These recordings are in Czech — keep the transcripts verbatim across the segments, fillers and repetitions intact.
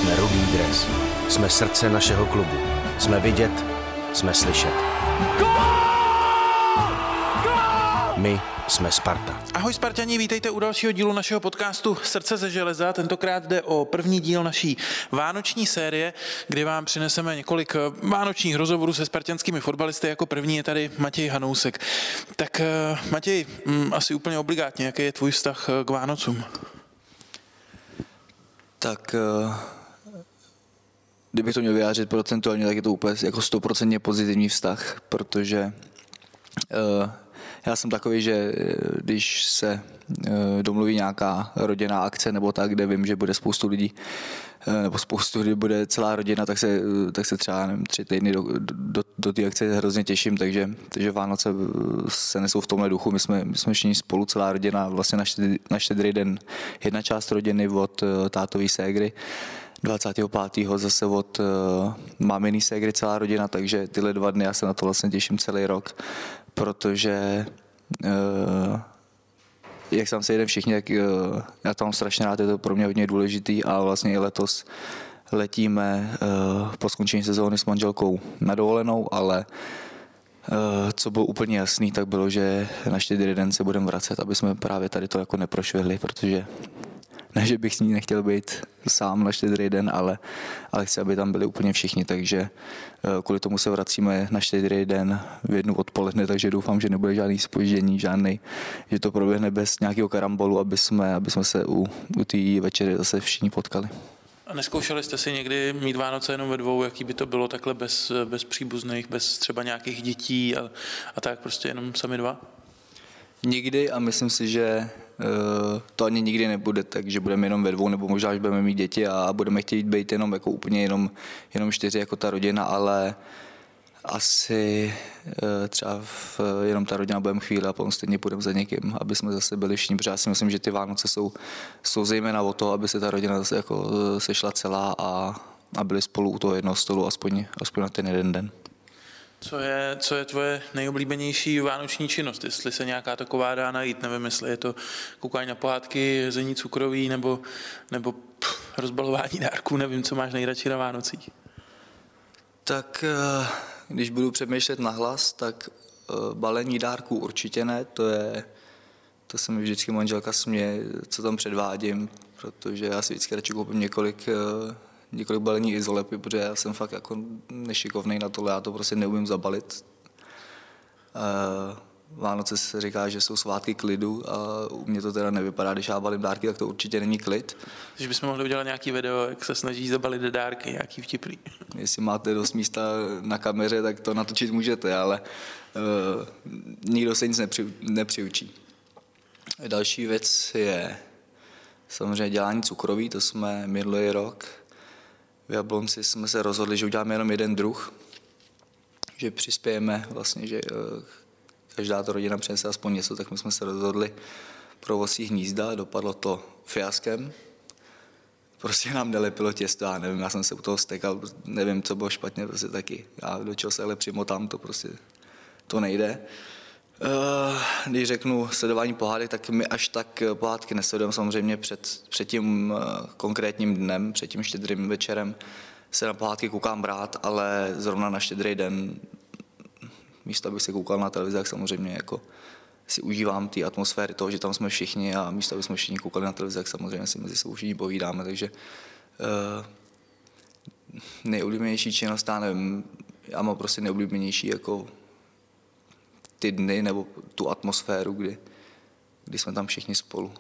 Jsme Rudý dres. Jsme srdce našeho klubu. Jsme vidět, jsme slyšet. My jsme Sparta. Ahoj Spartani, vítejte u dalšího dílu našeho podcastu Srdce ze železa. Tentokrát jde o první díl naší vánoční série, kdy vám přineseme několik vánočních rozhovorů se spartanskými fotbalisty. Jako první je tady Matěj Hanousek. Tak Matěj, asi úplně obligátně, jaký je tvůj vztah k Vánocům? Tak kdybych to měl vyjádřit procentuálně, tak je to úplně jako stoprocentně pozitivní vztah, protože já jsem takový, že když se domluví nějaká rodinná akce nebo tak, kde vím, že bude spoustu lidí, nebo spoustu lidí bude celá rodina, tak se, tak se třeba nevím, tři týdny do, do, do té akce hrozně těším, takže, takže Vánoce se nesou v tomhle duchu. My jsme, my jsme všichni spolu, celá rodina, vlastně na, štědrý, na štědrý den jedna část rodiny od tátový ségry, dvacátého pátého zase od uh, máminý ségry celá rodina, takže tyhle dva dny já se na to vlastně těším celý rok, protože uh, jak tam se jedeme všichni, tak uh, já to mám strašně rád, je to pro mě hodně důležitý a vlastně i letos letíme uh, po skončení sezóny s manželkou na dovolenou, ale uh, co bylo úplně jasný, tak bylo, že na štědrý den se budeme vracet, aby jsme právě tady to jako neprošvihli, protože ne, že bych s ní nechtěl být sám na štědrý den, ale, ale chci, aby tam byli úplně všichni, takže kvůli tomu se vracíme na štědrý den v jednu odpoledne, takže doufám, že nebude žádný zpoždění, žádný, že to proběhne bez nějakého karambolu, aby jsme, aby jsme se u, u té večery zase všichni potkali. A neskoušeli jste si někdy mít Vánoce jenom ve dvou, jaký by to bylo takhle bez, bez příbuzných, bez třeba nějakých dětí a, a tak prostě jenom sami dva? Nikdy a myslím si, že uh, to ani nikdy nebude, takže budeme jenom ve dvou, nebo možná, až budeme mít děti a budeme chtít být jenom jako úplně jenom, jenom čtyři jako ta rodina, ale asi uh, třeba v, uh, jenom ta rodina budeme chvíli a potom stejně půjdeme za někým, aby jsme zase byli všichni, protože já si myslím, že ty Vánoce jsou, jsou zejména o to, aby se ta rodina zase jako uh, sešla celá a, a byli spolu u toho jednoho stolu aspoň, aspoň na ten jeden den. Co je, co je tvoje nejoblíbenější vánoční činnost? Jestli se nějaká taková dá najít, nevím, jestli je to koukání na pohádky, jezení cukroví nebo, nebo pff, rozbalování dárků, nevím, co máš nejradši na Vánocích. Tak když budu přemýšlet nahlas, tak balení dárků určitě ne, to je, to se mi vždycky manželka směje, co tam předvádím, protože já si vždycky radši koupím několik několik balení izolepy, protože já jsem fakt jako nešikovnej na tohle, já to prostě neumím zabalit. Vánoce se říká, že jsou svátky klidu a u mě to teda nevypadá, když já balím dárky, tak to určitě není klid. Takže bychom mohli udělat nějaký video, jak se snaží zabalit dárky, nějaký vtipný. Jestli máte dost místa na kameře, tak to natočit můžete, ale uh, nikdo se nic nepři, nepřiučí. Další věc je samozřejmě dělání cukroví, to jsme minulý rok v Jablonci jsme se rozhodli, že uděláme jenom jeden druh, že přispějeme vlastně, že každá ta rodina přinese aspoň něco, tak my jsme se rozhodli pro ovocní hnízda, dopadlo to fiaskem. Prostě nám nelepilo těsto, já nevím, já jsem se u toho stekal, nevím, co bylo špatně, prostě taky. Já do čeho se ale přimotám, to prostě to nejde. Když řeknu sledování pohádek, tak my až tak pohádky nesledujeme. Samozřejmě před, před tím konkrétním dnem, před tím štědrým večerem se na pohádky koukám rád, ale zrovna na štědrý den, místo abych se koukal na televizi, tak samozřejmě jako si užívám té atmosféry toho, že tam jsme všichni a místo, aby jsme všichni koukali na televizi, tak samozřejmě si mezi sebou všichni povídáme, takže uh, nejoblíbenější činnost, já nevím, já mám prostě nejoblíbenější jako ty dny nebo tu atmosféru, kdy, kdy jsme tam všichni spolu.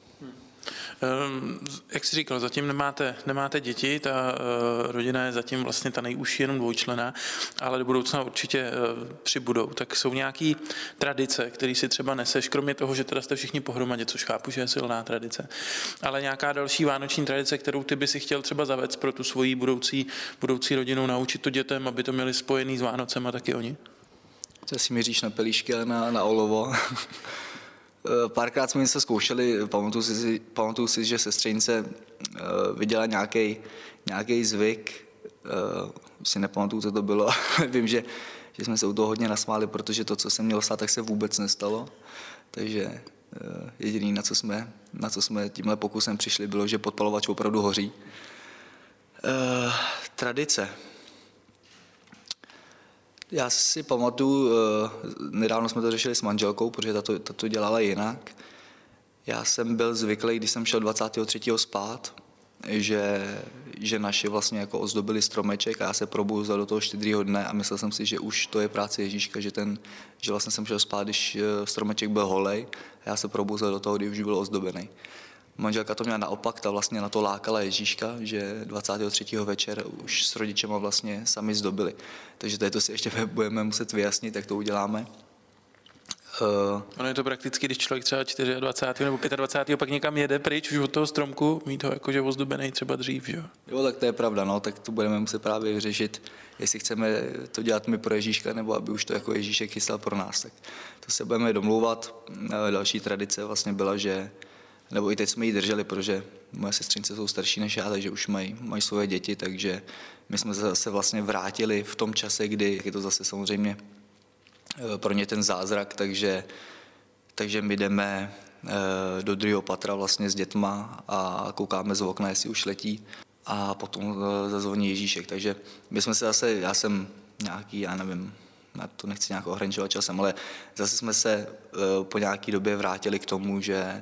Hmm. Jak jsi říkal, zatím nemáte, nemáte děti, ta uh, rodina je zatím vlastně ta nejužší, jenom dvojčlenná, ale do budoucna určitě uh, přibudou. Tak jsou nějaké tradice, které si třeba neseš, kromě toho, že teda jste všichni pohromadě, což chápu, že je silná tradice, ale nějaká další vánoční tradice, kterou ty by si chtěl třeba zavést pro tu svoji budoucí, budoucí rodinu, naučit to dětem, aby to měli spojený s Vánocem a taky oni? Co si měříš na pelíšky a na, na olovo? Párkrát jsme se zkoušeli, pamatuju si, pamatuju si, že sestřenice uh, viděla nějaký nějaký zvyk, uh, si nepamatuju, co to bylo, vím, že, že jsme se u toho hodně nasmáli, protože to, co se mělo stát, tak se vůbec nestalo, takže uh, jediný, na co jsme, na co jsme tímhle pokusem přišli, bylo, že podpalovač opravdu hoří. Uh, tradice. Já si pamatuju, uh, nedávno jsme to řešili s manželkou, protože tato, tato dělala jinak. Já jsem byl zvyklý, když jsem šel dvacátého třetího spát, že, že naši vlastně jako ozdobili stromeček a já se probouzel do toho štědrýho dne a myslel jsem si, že už to je práce Ježíška, že, ten, že vlastně jsem šel spát, když stromeček byl holej a já se probouzel do toho, kdy už byl ozdobený. Manželka to měla naopak, ta vlastně na to lákala Ježíška, že dvacátého třetího večer už s rodičema vlastně sami zdobili. Takže tady to si ještě budeme muset vyjasnit, jak to uděláme. Uh, ono je to prakticky, když člověk třeba dvacátého čtvrtého nebo dvacátého pátého pak někam jede pryč už od toho stromku, mít ho jakože ozdobený třeba dřív, že jo? Jo, tak to je pravda, no, tak to budeme muset právě vyřešit, jestli chceme to dělat my pro Ježíška, nebo aby už to jako Ježíšek chystal pro nás, tak to se budeme domlouvat. Další tradice vlastně byla, že, nebo i teď jsme ji drželi, protože moje sestřince jsou starší než já, takže už mají, mají svoje děti, takže my jsme zase vlastně vrátili v tom čase, kdy, jak je to zase samozřejmě pro ně ten zázrak, takže, takže my jdeme do druhého patra vlastně s dětma a koukáme z okna, jestli už letí a potom zazvoní Ježíšek. Takže my jsme se zase, já jsem nějaký, já nevím, já to nechci nějak ohraničovat časem, ale zase jsme se po nějaké době vrátili k tomu, že,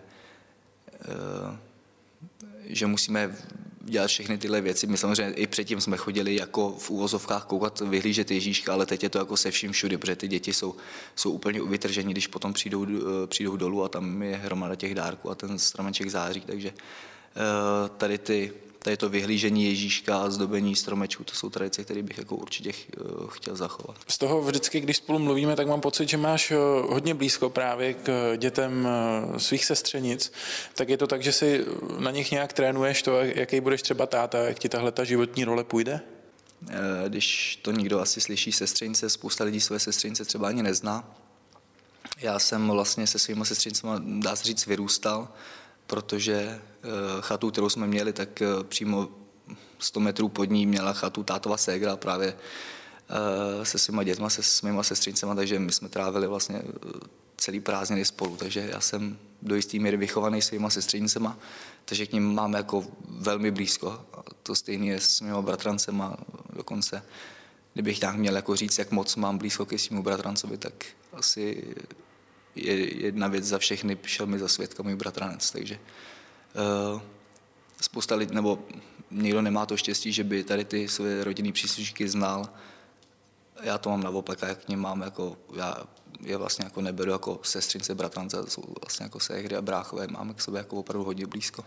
že musíme dělat všechny tyhle věci. My samozřejmě i předtím jsme chodili jako v úvozovkách koukat, vyhlížet Ježíška, ale teď je to jako se vším všude, protože ty děti jsou, jsou úplně vytržení, když potom přijdou, přijdou dolů a tam je hromada těch dárků a ten stromeček září, takže tady, ty, tady to vyhlížení Ježíška a zdobení stromečků, to jsou tradice, které bych jako určitě chtěl zachovat. Z toho vždycky, když spolu mluvíme, tak mám pocit, že máš hodně blízko právě k dětem svých sestřenic. Tak je to tak, že si na nich nějak trénuješ to, jaký budeš třeba táta, jak ti tahle ta životní role půjde? Když to někdo asi slyší sestřenice, spousta lidí své sestřenice třeba ani nezná. Já jsem vlastně se svýma sestřenicema, dá se říct, vyrůstal, protože chatu, kterou jsme měli, tak přímo sto metrů pod ní měla chatu tátova ségra právě se svýma dětma, se svýma sestřincema, takže my jsme trávili vlastně celý prázdniny spolu, takže já jsem do jistý míry vychovaný svýma sestřenicema, takže k nim máme jako velmi blízko. A to stejné je s mýma bratrancema dokonce. Kdybych nějak měl jako říct, jak moc mám blízko ke svému bratrancovi, tak asi je jedna věc za všechny, šel mi za svědka můj bratranec, takže uh, spousta lidí, nebo někdo nemá to štěstí, že by tady ty své rodinné příslušníky znal. Já to mám naopak a jak k ním mám, jako, já je vlastně jako neberu jako sestřince, bratrance, jsou vlastně jako ségry a bráchové, máme k sobě jako opravdu hodně blízko.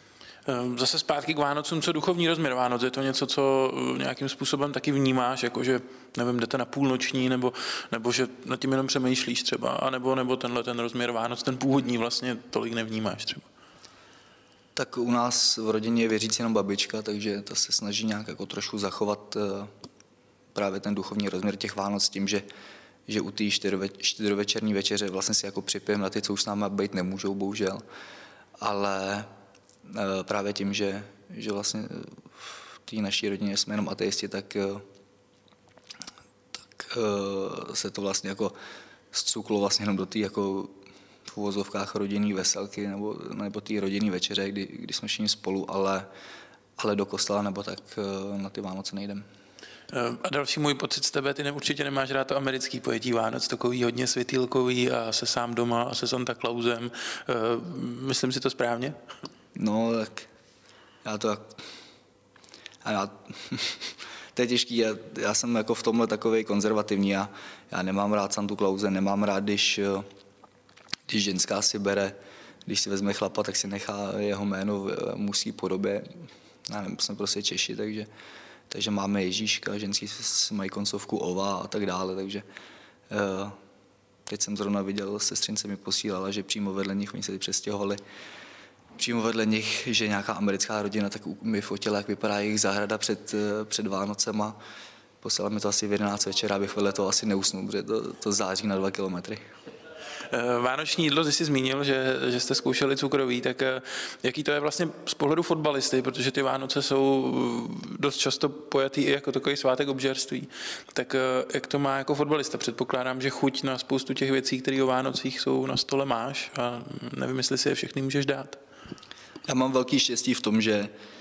Zase zpátky k Vánocům, co duchovní rozměr Vánoc, je to něco, co nějakým způsobem taky vnímáš, jakože, nevím, jdete na půlnoční, nebo, nebo že nad tím jenom přemýšlíš třeba, anebo, nebo tenhle ten rozměr Vánoc, ten původní vlastně tolik nevnímáš třeba? Tak u nás v rodině je věřící jenom babička, takže ta se snaží nějak jako trošku zachovat právě ten duchovní rozměr těch Vánoc tím, že, že u té štědrovečerní večeře vlastně si jako připijeme na ty, co už s námi být nemůžou, bohužel, ale právě tím, že, že vlastně v té naší rodině jsme jenom ateisti, tak, tak se to vlastně jako zcuklo vlastně jenom do té jako v uvozovkách rodinný veselky nebo, nebo té rodinný večeře, kdy, kdy jsme všichni spolu, ale, ale do kostela nebo tak na ty Vánoce nejdeme. A další můj pocit z tebe, ty ne, určitě nemáš rád to americký pojetí Vánoc, takový hodně světýlkový a se sám doma a se Santa Clausem. Myslím si to správně? No, tak já to... A já, to je těžký, já, já jsem jako v tomhle takovej konzervativní, já, já nemám rád Santu Klause, nemám rád, když, když ženská si bere, když si vezme chlapa, tak si nechá jeho jméno v mužské podobě. Já nevím, jsme prostě Češi, takže, takže máme Ježíška, ženský mají koncovku ova a tak dále, takže teď jsem zrovna viděl, sestřince mi posílala, že přímo vedle nich, oni se přestěhovali, přímo vedle nich, že nějaká americká rodina, tak mi fotila, jak vypadá jejich zahrada před, před Vánocema. Poslala mi to asi v jedenáct večer, abych vedle toho asi neusnul, protože to, to září na dva kilometry. Vánoční jídlo, ty jsi zmínil, že, že jste zkoušeli cukroví, tak jaký to je vlastně z pohledu fotbalisty, protože ty Vánoce jsou dost často pojatý i jako takový svátek obžerství. Tak jak to má jako fotbalista? Předpokládám, že chuť na spoustu těch věcí, které o Vánocích jsou na stole máš a nevím, jestli si je všechny můžeš dát. Já mám velký štěstí v tom, že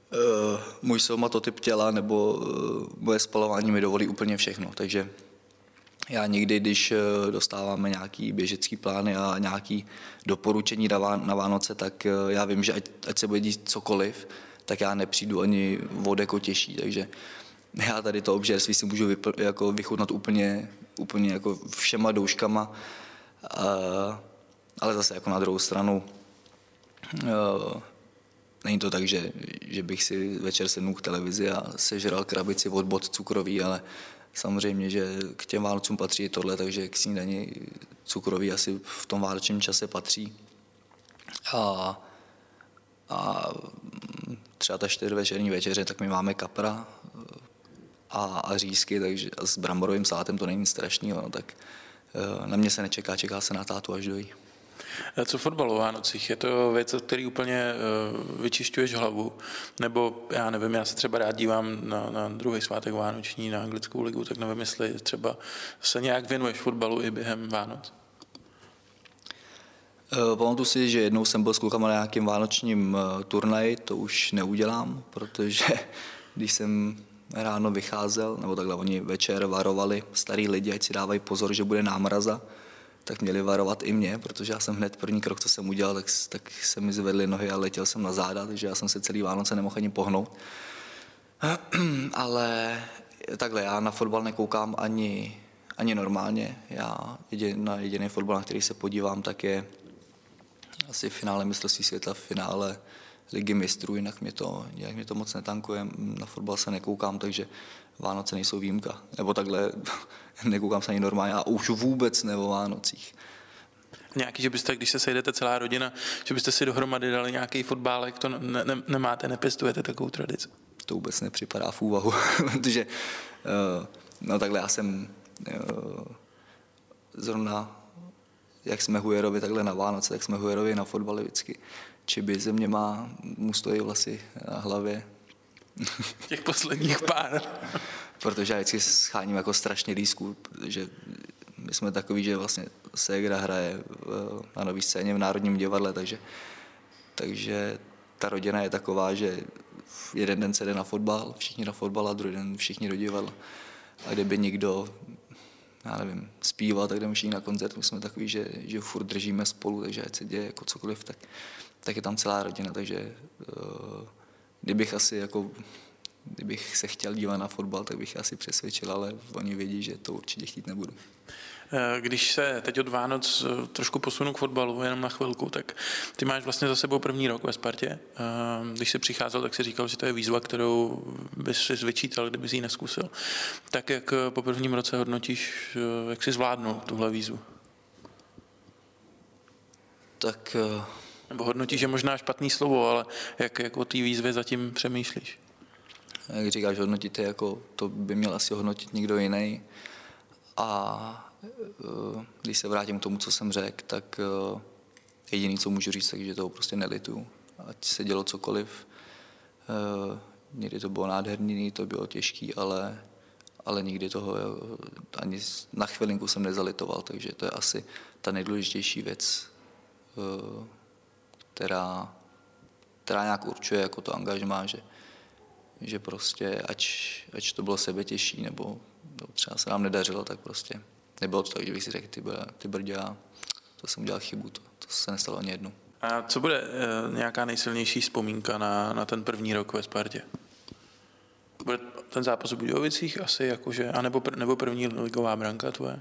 Uh, můj somatotyp těla nebo uh, moje spalování mi dovolí úplně všechno, takže já někdy, když uh, dostáváme nějaký běžecký plány a nějaký doporučení na, Vá- na Vánoce, tak uh, já vím, že ať, ať se bude dít cokoliv, tak já nepřijdu ani o deko těžší, takže já tady to obžerství si můžu vypl- jako vychutnat úplně, úplně jako všema douškama, uh, ale zase jako na druhou stranu uh, není to tak, že, že bych si večer sednul k televizi a sežral krabici od bot cukrový, ale samozřejmě, že k těm Vánocům patří i tohle, takže k snídani cukrový asi v tom vánočním čase patří. A, a třeba ta čtyřvečerní večeře, tak my máme kapra a, a řízky, takže a s bramborovým sátem to není nic strašného, no, tak na mě se nečeká, čeká se na tátu, až dojí. Co fotbal o Vánocích? Je to věc, od který úplně vyčišťuješ hlavu? Nebo, já nevím, já se třeba rád dívám na, na druhý svátek vánoční, na anglickou ligu, tak nevím, jestli třeba se nějak věnuješ fotbalu i během Vánoc? Pamatuju si, že jednou jsem byl s klukama na nějakém vánočním turnaji, to už neudělám, protože když jsem ráno vycházel, nebo takhle oni večer varovali starý lidi, ať si dávají pozor, že bude námraza, tak měli varovat i mě, protože já jsem hned první krok, co jsem udělal, tak, tak se mi zvedly nohy a letěl jsem na záda, takže já jsem se celý Vánoce nemohl ani pohnout. Ale takhle, já na fotbal nekoukám ani, ani normálně. Já jedin, na jediný fotbal, na který se podívám, tak je asi finále mistrovství světa, v finále Ligy mistrů, jinak mě to, jinak mě to moc netankuje. Na fotbal se nekoukám, takže Vánoce nejsou výjimka. Nebo takhle, nekoukám se ani normálně a už vůbec ne o Vánocích. Nějaký, že byste, když se sejdete celá rodina, že byste si dohromady dali nějaký fotbálek, to ne, ne, nemáte, nepěstujete takovou tradici? To vůbec nepřipadá v úvahu, protože no takhle já jsem zrovna, jak jsme Hujerovi takhle na Vánoce, tak jsme Hujerovi na fotbale vždycky. Čiby ze mě má, mu stojí vlasy na hlavě. Těch posledních pár. Protože já vždycky scháním jako strašně lísku, protože my jsme takový, že vlastně ségra hraje na Nový scéně v Národním divadle, takže, takže ta rodina je taková, že jeden den se jde na fotbal, všichni na fotbal a druhý den všichni do divadla. A kdyby někdo, já nevím, zpíval, tak jdeme všichni na koncert, my jsme takový, že, že furt držíme spolu, takže ať se děje jako cokoliv, tak, tak je tam celá rodina, takže uh, kdybych asi jako kdybych se chtěl dívat na fotbal, tak bych asi přesvědčil, ale oni vědí, že to určitě chtít nebudu. Když se teď od Vánoc trošku posunu k fotbalu, jenom na chvilku, tak ty máš vlastně za sebou první rok ve Spartě. Když jsi přicházel, tak si říkal, že to je výzva, kterou bys si vyčítal, kdybys ji neskusil. Tak jak po prvním roce hodnotíš, jak jsi zvládnul tuhle výzvu? Tak... Nebo hodnotíš, že možná špatný slovo, ale jak, jak o té výzvě zatím přemýšlíš? Jak říkáš, hodnotíte, jako to by měl asi hodnotit někdo jiný. A když se vrátím k tomu, co jsem řekl, tak jediný, co můžu říct, takže toho prostě nelituju. Ať se dělo cokoliv. Někdy to bylo nádherný, někdy to bylo těžký, ale, ale nikdy toho ani na chvilinku jsem nezalitoval, takže to je asi ta nejdůležitější věc, která, která nějak určuje jako to angažmá, že, že prostě, ať, ať to bylo sebetěžší, nebo, nebo třeba se nám nedařilo, tak prostě nebylo to tak, že bych si řekl, ty, ty brdě, to jsem udělal chybu, to, to se nestalo ani jednou. A co bude e, nějaká nejsilnější vzpomínka na, na ten první rok ve Spartě? Bude ten zápas v Budějovicích asi, jakože, anebo pr, nebo první ligová branka tvoje?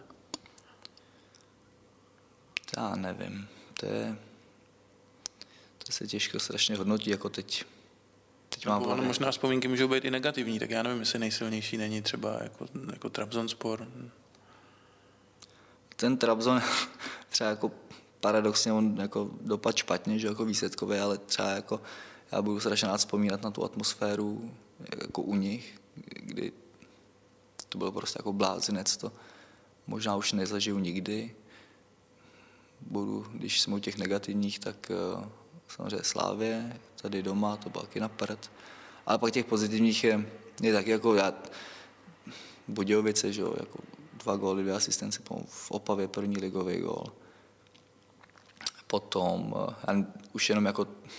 Já nevím, to je, to se těžko strašně hodnotí, jako teď. teď mám no, možná vzpomínky můžou být i negativní, tak já nevím, jestli nejsilnější není třeba jako, jako Trabzonspor. Ten Trabzon třeba jako paradoxně on jako dopad špatně, že jako výsledkově, ale třeba jako já budu strašně rád vzpomínat na tu atmosféru jako u nich, kdy to bylo prostě jako blázinec, to možná už nezažiju nikdy. Budu, když jsme u těch negativních, tak samozřejmě Slávě, tady doma, to bylo taky na prd. Ale pak těch pozitivních je, je taky jako já, Budějovice, že jo, jako dva góly, dvě asistence v Opavě, první ligový gól. Potom už jenom jako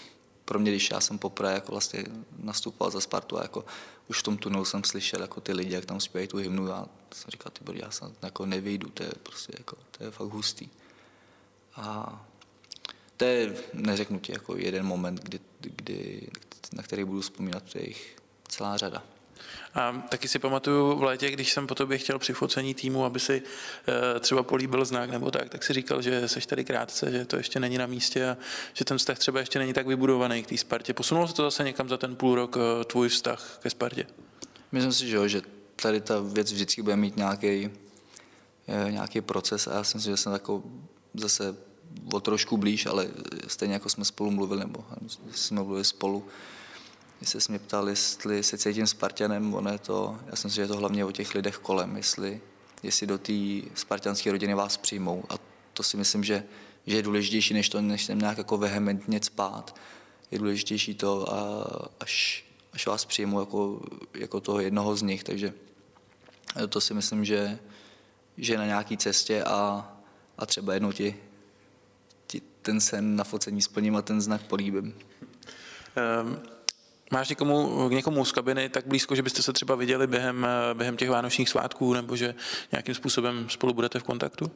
pro mě, když já jsem poprvé jako vlastně nastupoval za Spartu a jako už v tom tunelu jsem slyšel jako ty lidi, jak tam zpívají tu hymnu a jsem říkal, ty body, já se jako nevyjdu, to je prostě jako, to je fakt hustý. A to je, neřeknu ti, jako jeden moment, kdy, kdy, na který budu vzpomínat, to je jich celá řada. A taky si pamatuju v létě, když jsem po tobě chtěl při focení týmu, aby si e, třeba políbil znak nebo tak, tak si říkal, že seš tady krátce, že to ještě není na místě a že ten vztah třeba ještě není tak vybudovaný k té Spartě. Posunul se to zase někam za ten půl rok e, tvůj vztah ke Spartě? Myslím si, že, jo, že tady ta věc vždycky bude mít nějaký, e, nějaký proces a já si myslím, že jsem jako zase o trošku blíž, ale stejně jako jsme spolu mluvili, nebo jsme mluvili spolu, jestli jsi mě ptal, jestli se cítím Spartanem, ono je to, já si myslím, že je to hlavně o těch lidech kolem, jestli, jestli do té spartanské rodiny vás přijmou. A to si myslím, že, že je důležitější, než to, než jsem nějak jako vehementně cpát. Je důležitější to, a až, až vás přijmou jako, jako toho jednoho z nich. Takže to si myslím, že, že je na nějaké cestě a, a třeba jednou ti, ti ten sen na focení splním a ten znak políbím. Um. Máš někomu, k někomu z kabiny tak blízko, že byste se třeba viděli během, během těch vánočních svátků, nebo že nějakým způsobem spolu budete v kontaktu?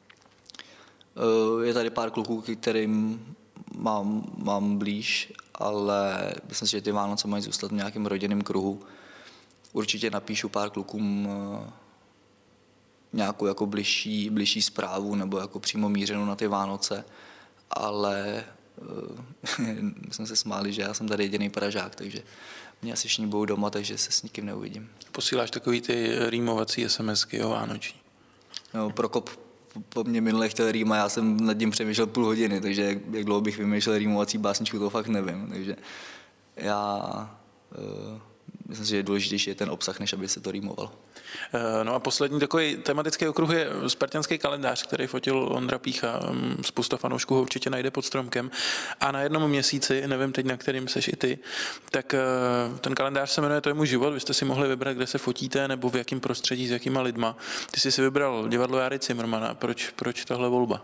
Je tady pár kluků, kterým mám, mám blíž, ale myslím si, že ty Vánoce mají zůstat v nějakém rodinném kruhu. Určitě napíšu pár klukům nějakou jako bližší, bližší zprávu nebo jako přímo mířenou na ty Vánoce, ale my jsme se smáli, že já jsem tady jediný Pražák, takže mě asi všichni budou doma, takže se s nikým neuvidím. Posíláš takový ty rýmovací SMSky o vánoční? No, Prokop po mně minule chtěl rýma, já jsem nad tím přemýšlel půl hodiny, takže jak, jak dlouho bych vymýšlel rýmovací básničku, to fakt nevím. Takže já uh, myslím si, že je důležitější je ten obsah, než aby se to rýmovalo. No a poslední takový tematický okruh je spartanský kalendář, který fotil Ondra Pícha. Spousta fanoušků ho určitě najde pod stromkem. A na jednom měsíci, nevím teď, na kterým seš i ty, tak ten kalendář se jmenuje To je můj život. Vy jste si mohli vybrat, kde se fotíte, nebo v jakém prostředí, s jakýma lidma. Ty jsi si vybral divadlo Járy Cimrmana. Proč, proč tahle volba?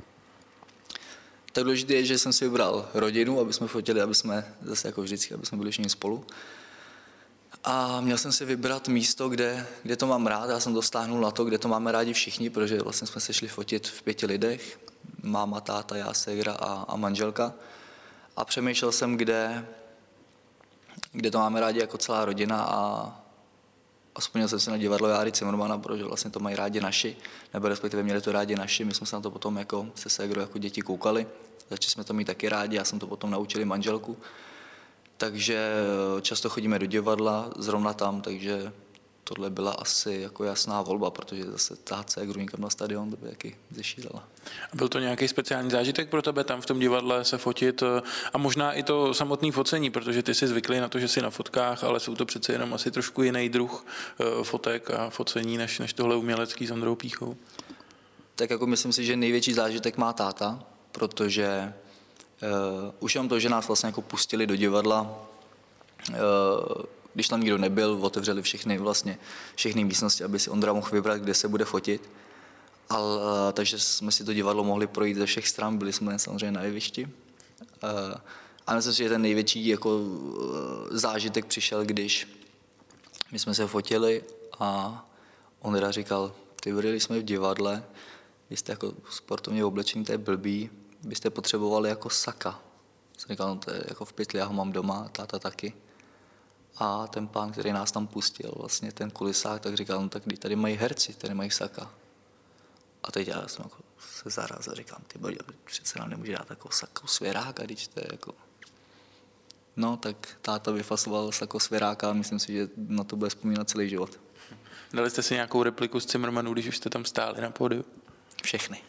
Tak důležité je, že jsem si vybral rodinu, aby jsme fotili, aby jsme zase jako vždycky, aby jsme byli všichni spolu. A měl jsem si vybrat místo, kde, kde to mám rád. Já jsem dostáhnul na to, kde to máme rádi všichni, protože vlastně jsme se šli fotit v pěti lidech. Máma, táta, já, ségra a, a manželka. A přemýšlel jsem, kde, kde to máme rádi jako celá rodina a, a vzpomněl jsem se na divadlo Járy Cimrmana, protože vlastně to mají rádi naši, nebo respektive měli to rádi naši. My jsme se na to potom jako se ségrou jako děti koukali. Začali jsme to mít taky rádi, já jsem to potom naučili manželku. Takže často chodíme do divadla, zrovna tam, takže tohle byla asi jako jasná volba, protože zase tát se jak někam na stadion, to by taky zešílela. Byl to nějaký speciální zážitek pro tebe tam v tom divadle se fotit a možná i to samotné focení, protože ty jsi zvyklý na to, že jsi na fotkách, ale jsou to přece jenom asi trošku jiný druh fotek a focení než, než tohle umělecký s Ondrou Píchou. Tak jako myslím si, že největší zážitek má táta, protože Uh, už jenom to, že nás vlastně jako pustili do divadla, uh, když tam nikdo nebyl, otevřeli všechny vlastně všechny místnosti, aby si Ondra mohl vybrat, kde se bude fotit. Ale, uh, takže jsme si to divadlo mohli projít ze všech stran, byli jsme samozřejmě na jevišti. Uh, a myslím si, že ten největší jako, uh, zážitek přišel, když my jsme se fotili a Ondra říkal, ty byli jsme v divadle, vy jste jako sportovně oblečení, to je blbý, byste potřebovali jako saka. Jsem říkal, no to je jako v pytli, já ho mám doma, táta taky. A ten pán, který nás tam pustil, vlastně ten kulisák, tak říkal, no tak tady mají herci, tady mají saka. A teď já jsem jako se zaraz a říkám, ty bojde, přece nám nemůže dát takovou sakou svěráka, když to je jako... No tak táta vyfasoval sako svěráka a myslím si, že na to bude vzpomínat celý život. Dali jste si nějakou repliku z Cimrmanů, když už jste tam stáli na pódiu? Všechny.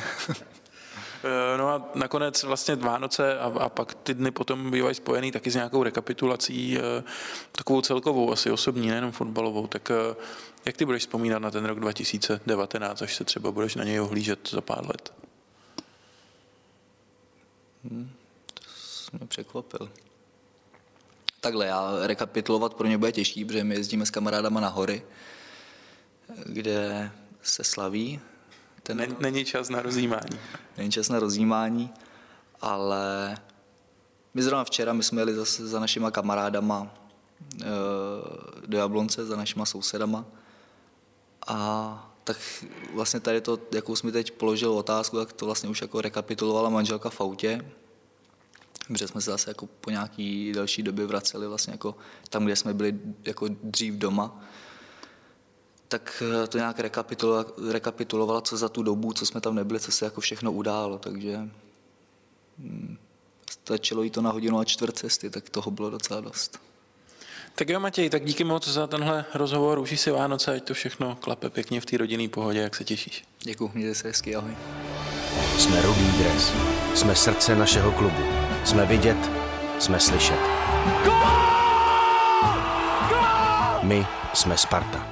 No a nakonec vlastně Vánoce a, a pak ty dny potom bývají spojený taky s nějakou rekapitulací, takovou celkovou, asi osobní, nejenom fotbalovou. Tak jak ty budeš vzpomínat na ten rok dva tisíce devatenáct, až se třeba budeš na něj ohlížet za pár let? Hmm, to jsi mě překvapil. Takhle, já rekapitulovat pro mě bude těžší, protože my jezdíme s kamarádama na hory, kde se slaví. Ten... Není čas na rozjímání. Není čas na rozjímání, ale My zrovna včera, my jsme jeli zase za našima kamarádama e, do Jablonce, za našima sousedama. A tak vlastně tady to, jakou jsi mi teď položil otázku, tak to vlastně už jako rekapitulovala manželka v autě. Protože jsme se zase jako po nějaký další době vraceli vlastně jako tam, kde jsme byli jako dřív doma. Tak to nějak rekapitulovala, rekapitulovala, co za tu dobu, co jsme tam nebyli, co se jako všechno událo, takže hm, stačilo jí to na hodinu a čtvrt cesty, tak toho bylo docela dost. Tak jo, Matěj, tak díky moc za tenhle rozhovor, užij si Vánoce, ať to všechno klape pěkně v té rodinné pohodě, jak se těšíš. Děkuji, mějte se hezky, ahoj. Jsme Rudý dres. Jsme srdce našeho klubu. Jsme vidět, jsme slyšet. My jsme Sparta.